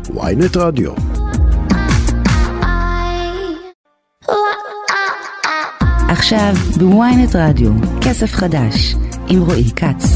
ynet רדיו. עכשיו בוויינט רדיו, כסף חדש עם רועי קץ.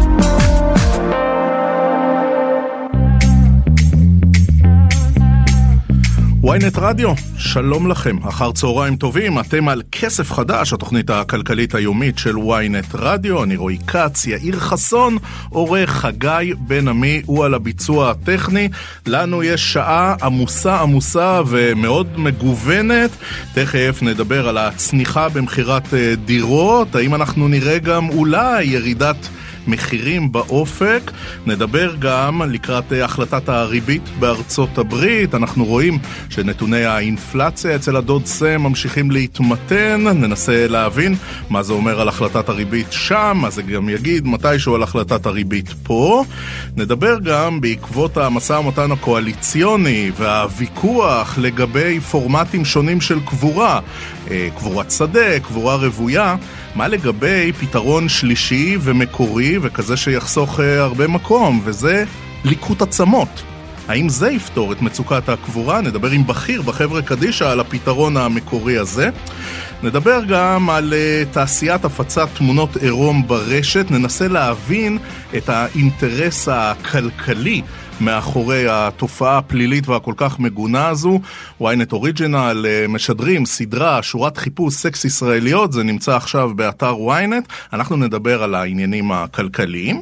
ynet רדיו, שלום לכם, אחר צהריים טובים, אתם על כסף חדש, התוכנית הכלכלית היומית של ynet רדיו, אני רועי קץ, יאיר חסון, עורך חגי בן עמי, הוא על הביצוע הטכני, לנו יש שעה עמוסה ומאוד מגוונת, תכף נדבר על הצניחה במחירת דירות, האם אנחנו נראה גם אולי ירידת מחירים באופק, נדבר גם לקראת החלטת הריבית בארצות הברית, אנחנו רואים שנתוני האינפלציה אצל הדוד סם ממשיכים להתמתן, ננסה להבין מה זה אומר על החלטת הריבית שם, מה זה גם יגיד מתישהו על החלטת הריבית פה, נדבר גם בעקבות המשא ומתן הקואליציוני והוויכוח לגבי פורמטים שונים של קבורה, קבורת שדה, קבורה רוויה, מה לגבי פתרון שלישי ומקורי וכזה שיחסוך הרבה מקום, וזה ליקוט עצמות. האם זה יפתור את מצוקת הקבורה? נדבר עם בכיר בחברה קדישה על הפתרון המקורי הזה. נדבר גם על תעשיית הפצת תמונות עירום ברשת, ננסה להבין את האינטרס הכלכלי מאחורי התופעה הפלילית והכל כך מגונה הזו. ynet אוריג'ינל משדרים סדרה שורת חיפוש סקס ישראליות, זה נמצא עכשיו באתר ynet. אנחנו נדבר על העניינים הכלכליים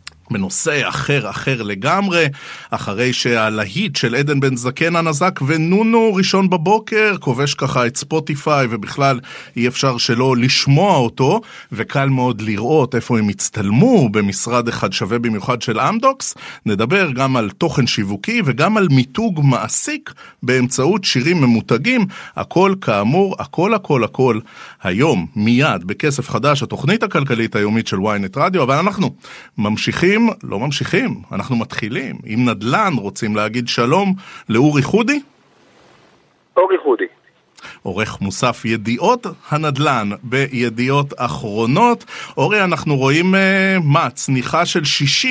בנושא אחר לגמרי, אחרי שהלהיט של עדן בן זקן הנזק ונונו ראשון בבוקר כובש ככה את ספוטיפיי, ובכלל אי אפשר שלא לשמוע אותו, וקל מאוד לראות איפה הם הצטלמו במשרד אחד שווה במיוחד של אמדוקס. נדבר גם על תוכן שיווקי וגם על מיתוג מעסיק באמצעות שירים ממותגים, הכל כאמור, הכל היום מיד בכסף חדש, התוכנית הכלכלית היומית של ynet רדיו. אבל אנחנו אנחנו מתחילים עם נדל"ן, רוצים להגיד שלום לאורי חודי. אורי חודי, עורך מוסף ידיעות הנדל"ן בידיעות אחרונות. אורי, אנחנו רואים צניחה של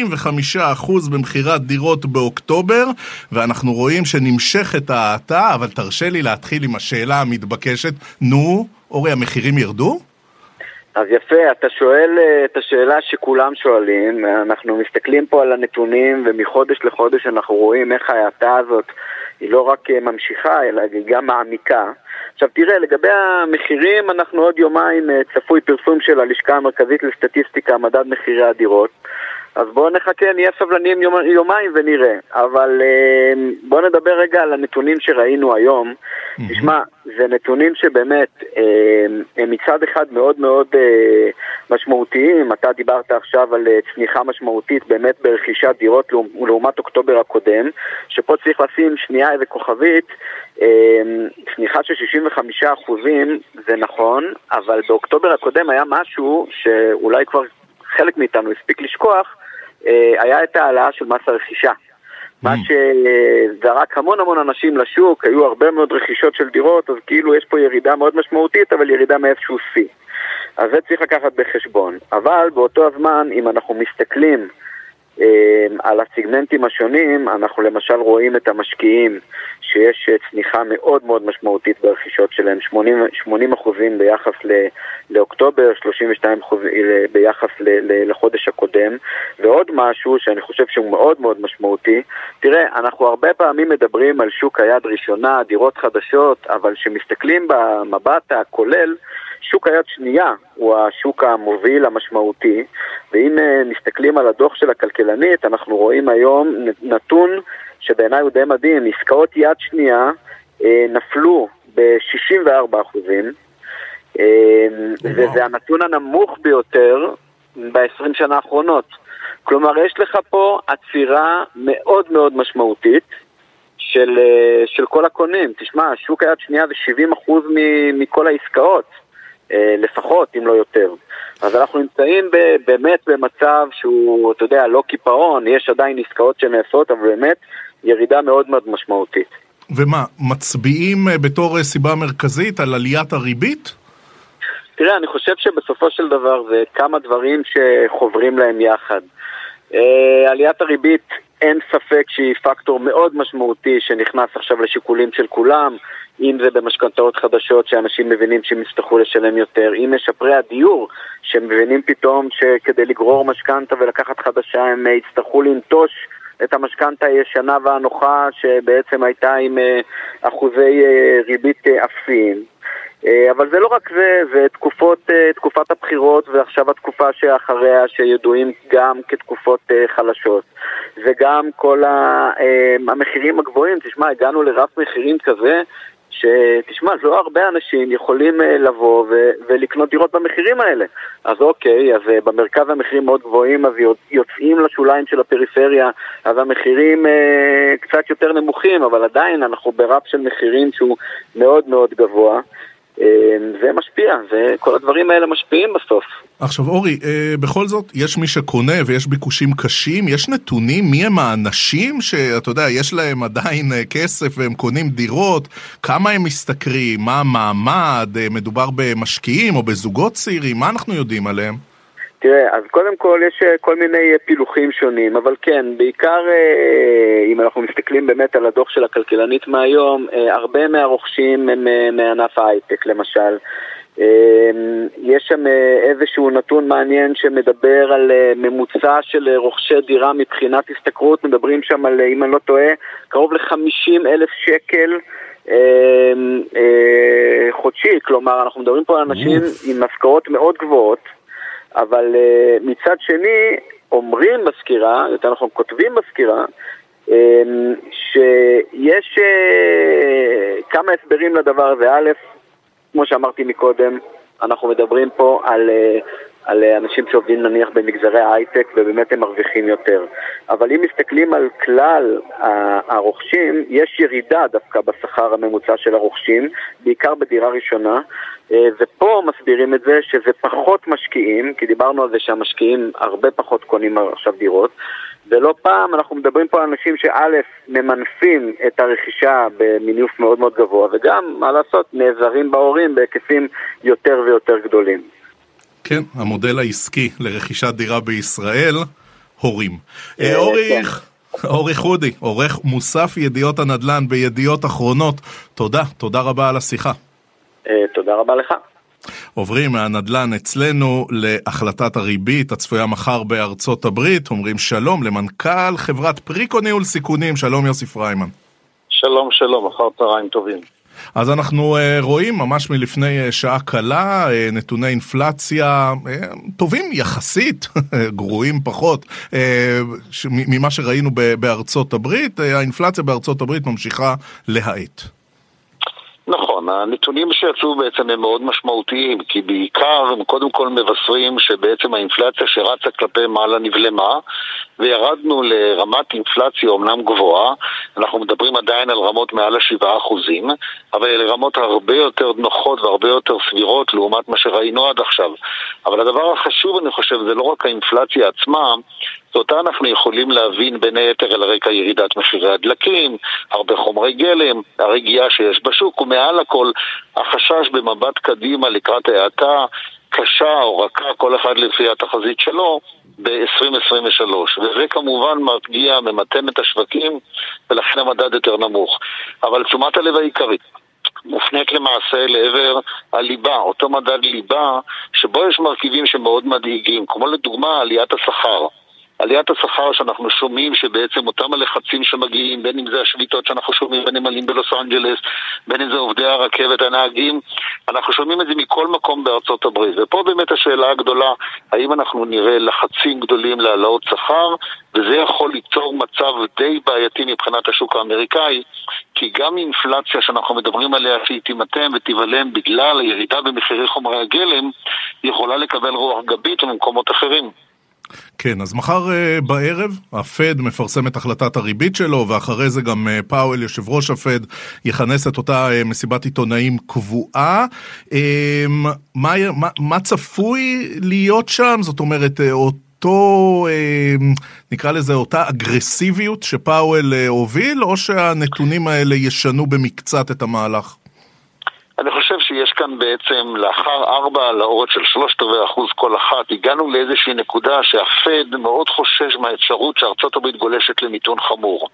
65% במחירת דירות באוקטובר, ואנחנו רואים שנמשכת ההאטה, אבל תרשה לי להתחיל עם השאלה המתבקשת, אורי, המחירים ירדו? אז יפה, אתה שואל את השאלה שכולם שואלים, אנחנו מסתכלים פה על הנתונים ומחודש לחודש אנחנו רואים איך ההאטה הזאת היא לא רק ממשיכה אלא היא גם מעמיקה. עכשיו תראה, לגבי המחירים אנחנו עוד יומיים צפוי פרסום של הלשכה המרכזית לסטטיסטיקה, מדד מחירי הדירות, אז בואו נחכה, נהיה סבלניים יומיים ונראה. אבל בואו נדבר רגע על הנתונים שראינו היום. תשמע, זה נתונים שבאמת הם מצד אחד מאוד מאוד משמעותיים. אתה דיברת עכשיו על צניחה משמעותית באמת ברכישת דירות לעומת אוקטובר הקודם, שפה צריך לשים שנייה איזה כוכבית. צניחה של 65% זה נכון, אבל באוקטובר הקודם היה משהו שאולי כבר חלק מאיתנו הספיק לשכוח, היה את העלאה של מס הרכישה. מה שזרק המון אנשים לשוק, היו הרבה מאוד רכישות של דירות, אז כאילו יש פה ירידה מאוד משמעותית, אבל ירידה מאיזשהו שיא. אז זה צריך לקחת בחשבון. אבל באותו הזמן, אם אנחנו מסתכלים על הסגמנטים השונים, אנחנו למשל רואים את המשקיעים שיש צניחה מאוד מאוד משמעותית ברכישות שלהם, 80% ביחס לאוקטובר, 32% ביחס לחודש הקודם. ועוד משהו שאני חושב שהוא מאוד מאוד משמעותי, תראה, אנחנו הרבה פעמים מדברים על שוק היד ראשונה, דירות חדשות, אבל שמסתכלים במבט הכולל, שוק היד שנייה הוא השוק המוביל המשמעותי, ואם מסתכלים על הדוח של הכלכלנית, אנחנו רואים היום נתון שבעיניי הוא די מדהים, עסקאות יד שנייה נפלו ב-64%, וזה הנתון הנמוך ביותר ב-20 שנה האחרונות. כלומר, יש לך פה עצירה מאוד מאוד משמעותית של כל הקונים. תשמע, שוק היד שנייה זה 70% מכל העסקאות. לפחות, אם לא יותר. אז אנחנו נמצאים באמת במצב שהוא, אתה יודע, לא קיפאון, יש עדיין עסקאות שנעשות, אבל באמת ירידה מאוד מאוד משמעותית. ומה, מצביעים בתור סיבה מרכזית על עליית הריבית? תראה, אני חושב שבסופו של דבר זה כמה דברים שחוברים להם יחד. עליית הריבית אין ספק שהיא פקטור מאוד משמעותי שנכנס עכשיו לשיקולים של כולם, אם זה במשכנתאות חדשות שאנשים מבינים שהם יצטרכו לשלם יותר, אם משפרי הדיור שמבינים פתאום שכדי לגרור משכנתה ולקחת חדשה הם יצטרכו לנטוש את המשכנתה הישנה והנוחה שבעצם הייתה עם אחוזי ריבית אפסיים. אבל זה לא רק זה, זה תקופת הבחירות ועכשיו התקופה שאחריה שידועים גם כתקופות חלשות וגם כל המחירים הגבוהים. תשמע, הגענו לרף מחירים כזה שתשמע, לא הרבה אנשים יכולים לבוא ולקנות דירות במחירים האלה. אז אוקיי, אז במרכז המחירים מאוד גבוהים, אז יוצאים לשוליים של הפריפריה, אז המחירים קצת יותר נמוכים, אבל עדיין אנחנו ברף של מחירים שהוא מאוד מאוד גבוה. זה משפיע, וכל הדברים האלה משפיעים בסוף. עכשיו אורי, בכל זאת יש מי שקונה ויש ביקושים קשים, יש נתונים מי הם האנשים שאתה יודע, יש להם עדיין כסף והם קונים דירות, כמה הם משתכרים, מה המעמד, מדובר במשקיעים או בזוגות צעירים, מה אנחנו יודעים עליהם? תראה, אז קודם כל יש כל מיני פילוחים שונים, אבל כן, בעיקר אם אנחנו מסתכלים באמת על הדוח של הכלכלנית מהיום, הרבה מהרוכשים הם מענף ההייטק למשל. יש שם איזשהו נתון מעניין שמדבר על ממוצע של רוכשי דירה מבחינת השתכרות, מדברים שם על, אם אני לא טועה, קרוב ל-50,000 שקל חודשי, כלומר אנחנו מדברים פה על אנשים עם משכורות מאוד גבוהות, אבל מצד שני אומרים בסקירה, יותר נכון כותבים בסקירה, שיש כמה הסברים לדבר הזה. א', כמו שאמרתי מקודם, אנחנו מדברים פה על אנשים שעובדים נניח במגזרי ההייטק ובאמת הם מרוויחים יותר. אבל אם מסתכלים על כלל הרוכשים, יש ירידה דווקא בשכר הממוצע של הרוכשים, בעיקר בדירה ראשונה, ופה מסבירים את זה שזה פחות משקיעים, כי דיברנו על זה שהמשקיעים הרבה פחות קונים עכשיו דירות, ולא פעם אנחנו מדברים פה על אנשים שא' ממנפים את הרכישה במינוף מאוד מאוד גבוה, וגם, מה לעשות, נעזרים בהורים בהיקפים יותר ויותר גדולים. כן, המודל העסקי לרכישת דירה בישראל, הורים. אורי חודי, עורך מוסף ידיעות הנדל"ן בידיעות אחרונות, תודה רבה על השיחה. תודה רבה לך. עוברים מהנדל"ן אצלנו להחלטת הריבית הצפויה מחר בארצות הברית. אומרים שלום למנכ"ל חברת פריקו ניהול סיכונים, שלום יוסי פריימן. שלום, אחר צהריים טובים. אז אנחנו רואים ממש מלפני שעה קלה נתוני אינפלציה טובים יחסית, גרועים פחות ממה שראינו בארצות הברית. האינפלציה בארצות הברית ממשיכה להאט. נכון, הנתונים שיצאו בעצם הם מאוד משמעותיים, כי בעיקר הם קודם כל מבשרים שבעצם האינפלציה שרצה כלפי מעלה נבלמה, וירדנו לרמת אינפלציה אומנם גבוהה, אנחנו מדברים עדיין על רמות מעל 7%, אבל אלה רמות הרבה יותר נוחות והרבה יותר סבירות לעומת מה שראינו עד עכשיו. אבל הדבר החשוב אני חושב זה לא רק האינפלציה עצמה, אותה אנחנו יכולים להבין בין היתר על רקע ירידת מחירי הדלקים, הרבה חומרי גלם, הרגיעה שיש בשוק, ומעל הכל החשש במבט קדימה לקראת ההאטה קשה או רכה, כל אחד לפי התחזית שלו, ב-2023. וזה כמובן מרגיע, ממתן את השווקים, ולכן המדד יותר נמוך. אבל תשומת הלב העיקרית מופנית למעשה לעבר הליבה, אותו מדד ליבה, שבו יש מרכיבים שמאוד מדאיגים, כמו לדוגמה עליית השכר. עליית השכר שאנחנו שומעים שבעצם אותם הלחצים שמגיעים, בין אם זה השביתות שאנחנו שומעים, בין אם עלים בלוס אנג'לס, בין אם זה עובדי הרכבת, הנהגים, אנחנו שומעים את זה מכל מקום בארצות הברית. ופה באמת השאלה הגדולה, האם אנחנו נראה לחצים גדולים להעלאות שכר, וזה יכול ליצור מצב די בעייתי מבחינת השוק האמריקאי, כי גם אינפלציה שאנחנו מדברים עליה שהיא תימתן ותיבלם בגלל הירידה במחירי חומרי הגלם, יכולה לקבל רוח גבית ממקומות אחרים. כן, אז מחר בערב הפד מפרסם את החלטת הריבית שלו, ואחרי זה גם פאוול, יושב ראש הפד, יכנס את אותה מסיבת עיתונאים קבועה. מה צפוי להיות שם? זאת אומרת, נקרא לזה אותה אגרסיביות שפאוול הוביל, או שהנתונים האלה ישנו במקצת את המהלך? אני חושב שיש כאן בעצם לאחר 4 העלאות של 0.75% כל אחת, הגענו לאיזושהי נקודה שהפד מאוד חושש מהאפשרות שארצות הברית גולשת למיתון חמור.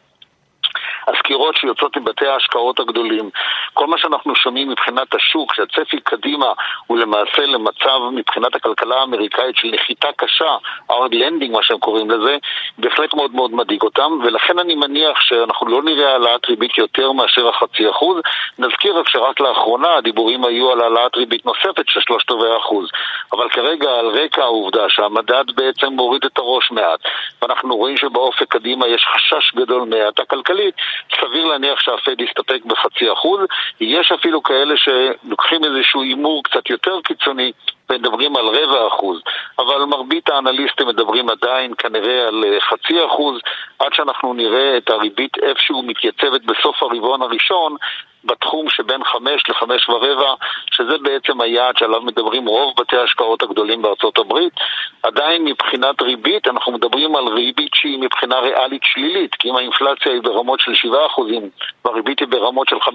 הסקירות שיוצאות מבתי ההשקעות הגדולים, כל מה שאנחנו שומעים מבחינת השוק, שהצפי קדימה הוא למעשה למצב מבחינת הכלכלה האמריקאית של נחיתה קשה, hard landing מה שהם קוראים לזה, בהחלט מאוד מאוד מדאיג אותם, ולכן אני מניח שאנחנו לא נראה העלאת ריבית יותר מאשר 0.5%. נזכיר רק שרק לאחרונה הדיבורים היו על העלאת ריבית נוספת של 0.75%, אבל כרגע על רקע העובדה שהמדד בעצם מוריד את הראש מעט, ואנחנו רואים שבאופק קדימה יש חשש גדול מהאטה כלכלית, סביר להניח שהפד יסתפק ב0.5%. יש אפילו כאלה שלוקחים איזשהו אימור קצת יותר קיצוני ומדברים על 0.25%, אבל מרבית האנליסטים מדברים עדיין כנראה על 0.5%, עד שאנחנו נראה את הריבית איפשהו מתייצבת בסוף הרבעון הראשון בתחום שבין 5 ל5.25, שזה בעצם היעד שעליו מדברים רוב בתי ההשקעות הגדולים בארצות הברית. עדיין מבחינת ריבית אנחנו מדברים על ריבית שהיא מבחינה ריאלית שלילית, כי אם האינפלציה היא ברמות של 7% והריבית היא ברמות של 5%,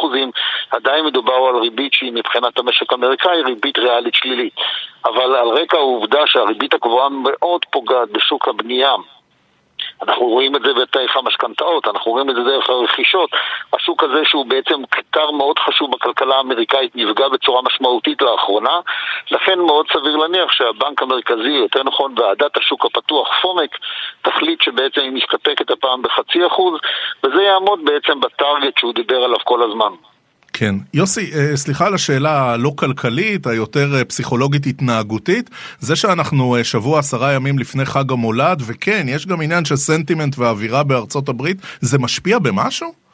עדיין מדובר על ריבית שהיא מבחינת המשק האמריקאי ריבית ריאלית שלילית. אבל על רקע העובדה שהריבית הגבוהה מאוד פוגעת בשוק הבנייה, אנחנו רואים את זה בתהליך המשכנתאות, אנחנו רואים את זה דרך הרכישות, השוק הזה שהוא בעצם קטר מאוד חשוב בכלכלה האמריקאית נפגע בצורה משמעותית לאחרונה, לכן מאוד סביר להניח שהבנק המרכזי, יותר נכון ועדת השוק הפתוח פומק, תחליט שבעצם היא מסתפקת הפעם ב0.5%, וזה יעמוד בעצם בטרגט שהוא דיבר עליו כל הזמן. כן. יוסי, סליחה על השאלה הלא כלכלית, היותר פסיכולוגית התנהגותית, זה שאנחנו שבוע 10 ימים לפני חג המולד, וכן, יש גם עניין של סנטימנט והאווירה בארצות הברית, זה משפיע במשהו?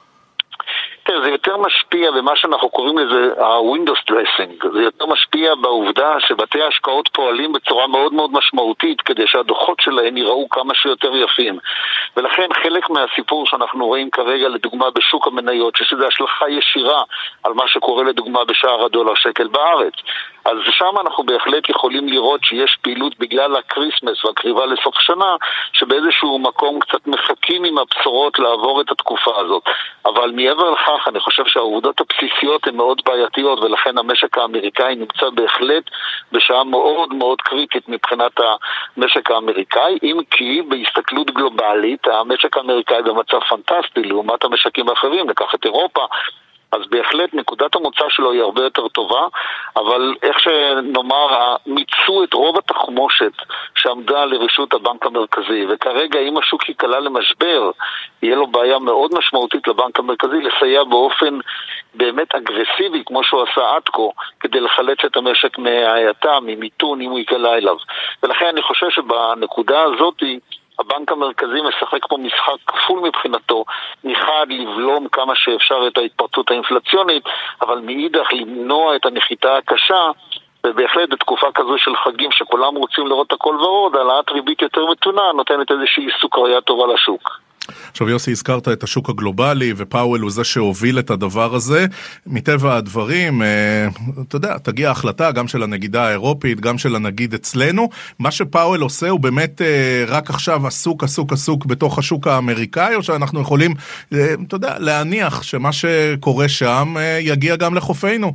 זה יותר משפיע במה שאנחנו קוראים לזה ה-windows dressing. זה יותר משפיע בעובדה שבתי ההשקעות פועלים בצורה מאוד מאוד משמעותית כדי שהדוחות שלהם ייראו כמה שיותר יפים. ולכן חלק מהסיפור שאנחנו רואים כרגע לדוגמה בשוק המניות, שזה השלכה ישירה על מה שקורה לדוגמה בשער הדולר שקל בארץ. אז שם אנחנו בהחלט יכולים לראות שיש פעילות בגלל הקריסמס והקריבה לסוף שנה, שבאיזשהו מקום קצת מחכים עם הבשורות לעבור את התקופה הזאת. אבל מעבר לכך, אני חושב שהעובדות הבסיסיות הן מאוד בעייתיות, ולכן המשק האמריקאי נמצא בהחלט בשעה מאוד מאוד קריטית מבחינת המשק האמריקאי, אם כי בהסתכלות גלובלית, המשק האמריקאי במצב פנטסטי, לעומת המשקים האחרים, לקח את אירופה, אז בהחלט נקודת המוצא שלו היא הרבה יותר טובה, אבל איך שנאמר, מיצו את רוב התחמושת שעמדה לרשות הבנק המרכזי, וכרגע אם השוק יקלה למשבר, יהיה לו בעיה מאוד משמעותית לבנק המרכזי לסייע באופן באמת אגרסיבי, כמו שהוא עשה עד כה, כדי לחלץ את המשק מההאטה, ממיתון, אם הוא יקלה אליו. ולכן אני חושב שבנקודה הזאת, הבנק המרכזי משחק פה משחק כפול מבחינתו, מחד לבלום כמה שאפשר את ההתפרצות האינפלציונית, אבל מאידך למנוע את הנחיתה הקשה, ובהחלט בתקופה כזו של חגים שכולם רוצים לראות הכל ורוד, העלאת ריבית יותר מתונה נותנת איזושהי סוכריה טובה לשוק. עכשיו יוסי, הזכרת את השוק הגלובלי, ופאוול הוא זה שהוביל את הדבר הזה. מטבע הדברים, אתה יודע, תגיע החלטה גם של הנגידה האירופית, גם של הנגיד אצלנו. מה שפאוול עושה הוא באמת רק עכשיו עסוק בתוך השוק האמריקאי, או שאנחנו יכולים, אתה יודע, להניח שמה שקורה שם יגיע גם לחופינו?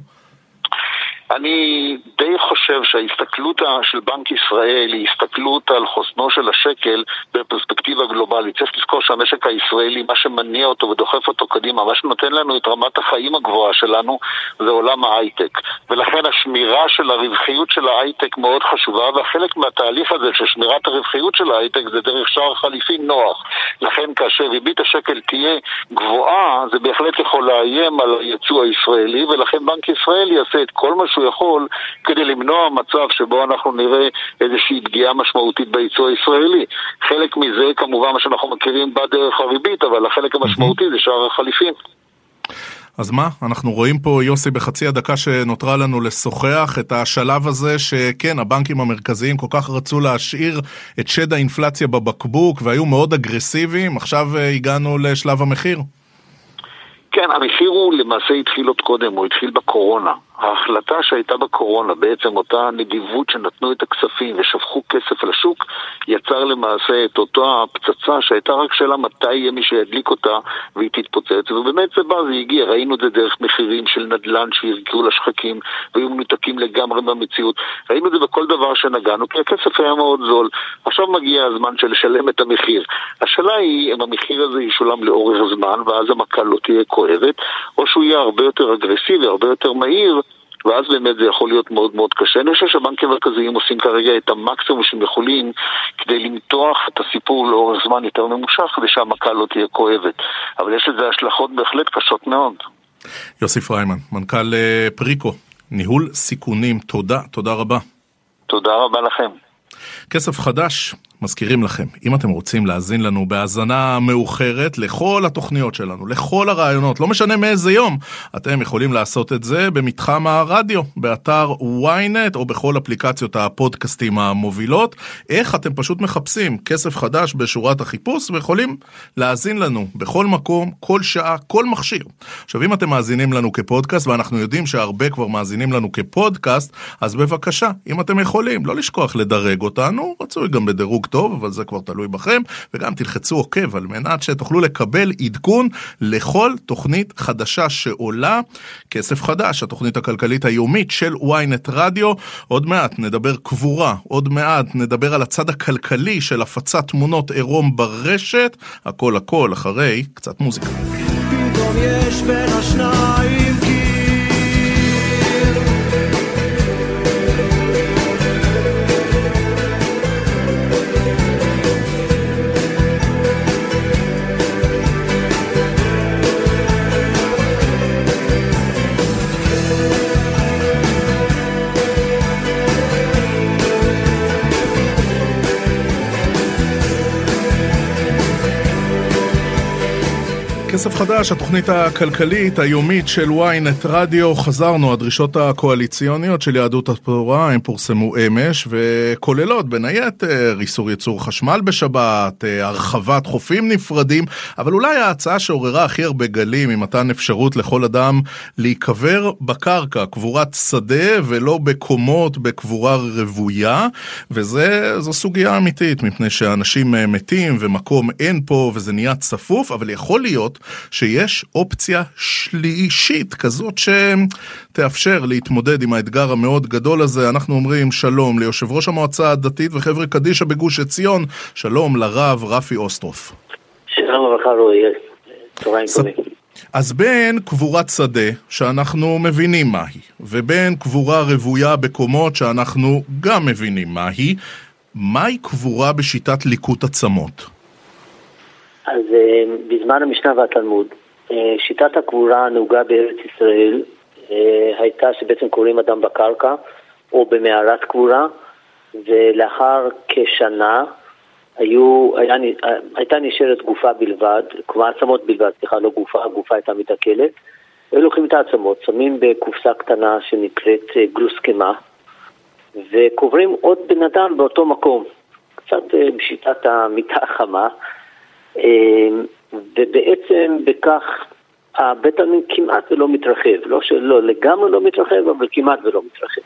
אני די חושב שההסתכלות של בנק ישראל היא הסתכלות על חוסנו של השקל בפרספקטיבה גלובלית. צריך לזכור שהמשק הישראלי, מה שמניע אותו ודוחף אותו קדימה, מה שנותן לנו את רמת החיים הגבוהה שלנו, זה עולם ההייטק. ולכן השמירה של הרווחיות של ההייטק מאוד חשובה, והחלק מהתהליך הזה של שמירת הרווחיות של ההייטק זה דרך שער חליפין נוח. לכן כאשר ריבית השקל תהיה גבוהה, זה בהחלט יכול לאיים על הייצוא הישראלי, ולכן בנק ישראל יעשה את כל מה שהוא יכול כדי למנוע מצב שבו אנחנו נראה איזושהי פגיעה משמעותית בייצוא הישראלי. חלק מזה כמובן מה שאנחנו מכירים בדרך הריבית, אבל החלק המשמעותי זה שער החליפין. אז מה? אנחנו רואים פה, יוסי, בחצי הדקה שנותרה לנו לשוחח את השלב הזה שכן, הבנקים המרכזיים כל כך רצו להשאיר את שד האינפלציה בבקבוק והיו מאוד אגרסיביים, עכשיו הגענו לשלב המחיר. כן, המחיר הוא למעשה התחיל עוד קודם, הוא התחיל בקורונה. ההחלטה שהייתה בקורונה, בעצם אותה נדיבות שנתנו את הכספים ושפכו כסף לשוק, יצר למעשה את אותה פצצה שהייתה רק שאלה מתי יהיה מי שידליק אותה והיא תתפוצץ. ובאמת זה בא, זה הגיע, ראינו את זה דרך מחירים של נדל"ן שהרקיעו לשחקים והיו מנותקים לגמרי במציאות. ראינו את זה בכל דבר שנגענו, כי הכסף היה מאוד זול. עכשיו מגיע הזמן של לשלם את המחיר. השאלה היא אם המחיר הזה ישולם לאורך זמן ואז המכה לא תהיה כואבת, או שהוא יהיה הרבה יותר אגרסיבי, הרבה יותר מהיר, ואז באמת זה יכול להיות מאוד מאוד קשה. אני חושב שהבנקים המרכזיים עושים כרגע את המקסימום שהם יכולים כדי למתוח את הסיפור לאורך זמן יותר ממושך, כדי שהמכה לא תהיה כואבת. אבל יש לזה השלכות בהחלט קשות מאוד. יוסי פריימן, מנכ"ל פריקו, ניהול סיכונים, תודה רבה. תודה רבה לכם. כסף חדש, מזכירים לכם, אם אתם רוצים להאזין לנו בהאזנה מאוחרת לכל התוכניות שלנו, לכל הרעיונות, לא משנה מאיזה יום, אתם יכולים לעשות את זה במתחם הרדיו, באתר ynet או בכל אפליקציות הפודקאסטים המובילות. איך? אתם פשוט מחפשים כסף חדש בשורת החיפוש ויכולים להאזין לנו בכל מקום, כל שעה, כל מכשיר. עכשיו, אם אתם מאזינים לנו כפודקאסט, ואנחנו יודעים שהרבה כבר מאזינים לנו כפודקאסט, אז בבקשה, אם אתם יכולים, לא לשכוח לדרג אותנו, רצוי גם בדירוג טוב, אבל זה כבר תלוי בכם, וגם תלחצו עוקב על מנת שתוכלו לקבל עדכון לכל תוכנית חדשה שעולה. כסף חדש, התוכנית הכלכלית היומית של ynet רדיו. עוד מעט נדבר קבורה, עוד מעט נדבר על הצד הכלכלי של הפצת תמונות עירום ברשת. הכל אחרי קצת מוזיקה. פתאום יש בין השניים כסף חדש, התוכנית הכלכלית היומית של ynet רדיו. חזרנו, הדרישות הקואליציוניות של יהדות התורה, הם פורסמו אמש, וכוללות בין היתר איסור ייצור חשמל בשבת, הרחבת חופים נפרדים, אבל אולי ההצעה שעוררה הכי הרבה גלים היא מתן אפשרות לכל אדם להיקבר בקרקע, קבורת שדה ולא בקומות, בקבורה רוויה, וזו סוגיה אמיתית, מפני שאנשים מתים ומקום אין פה וזה נהיה צפוף, אבל יכול להיות שיש אופציה שלישית כזאת שתאפשר להתמודד עם האתגר המאוד גדול הזה. אנחנו אומרים שלום ליושב ראש המועצה הדתית וחברי קדישא בגוש עציון, שלום לרב רפי אוסטרוף. שלום וברכה רועי, צהריים טובים. אז בין קבורת שדה שאנחנו מבינים מהי, ובין קבורה רוויה בקומות שאנחנו גם מבינים מהי קבורה בשיטת ליקוט עצמות? אז בזמן המשנה והתלמוד, שיטת הקבורה הנהוגה בארץ ישראל הייתה שבעצם קוברים אדם בקרקע או במערת קבורה, ולאחר כשנה הייתה נשארת גופה בלבד, כלומר עצמות בלבד, לא גופה, הגופה הייתה מתעכלת, היו לוקחים את העצמות, שמים בקופסה קטנה שנקראת גלוסקמה, וקוברים עוד בן אדם באותו מקום, קצת בשיטת המיטה החמה, ובעצם בכך בית העלמין כמעט ולא מתרחב, לא שלא לגמרי לא מתרחב, אבל כמעט ולא מתרחב.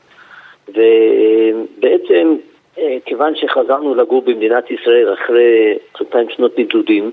ובעצם כיוון שחזרנו לגור במדינת ישראל אחרי 200 שנות נדודים,